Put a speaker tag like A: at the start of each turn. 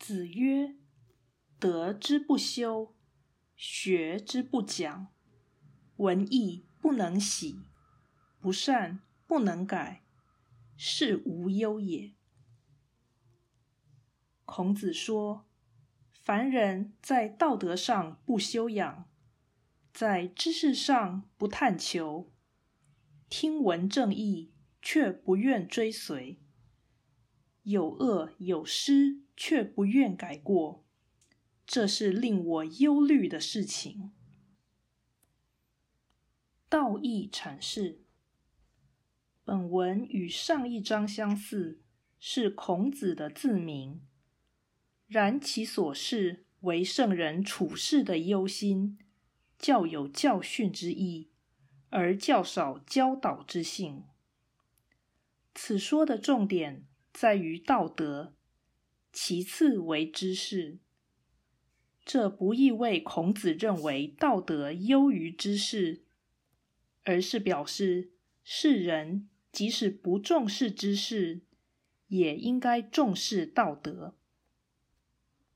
A: 子曰：德之不修，学之不讲，文艺不能习，不善不能改，是无忧也。孔子说，凡人在道德上不修养，在知识上不探求，听闻正义却不愿追随，有恶有失却不愿改过，这是令我忧虑的事情。道义阐释，本文与上一章相似，是孔子的自名，然其所示为圣人处世的忧心，较有教训之意，而较少教导之性。此说的重点在于道德，其次为知识。这不意味孔子认为道德优于知识，而是表示世人即使不重视知识，也应该重视道德。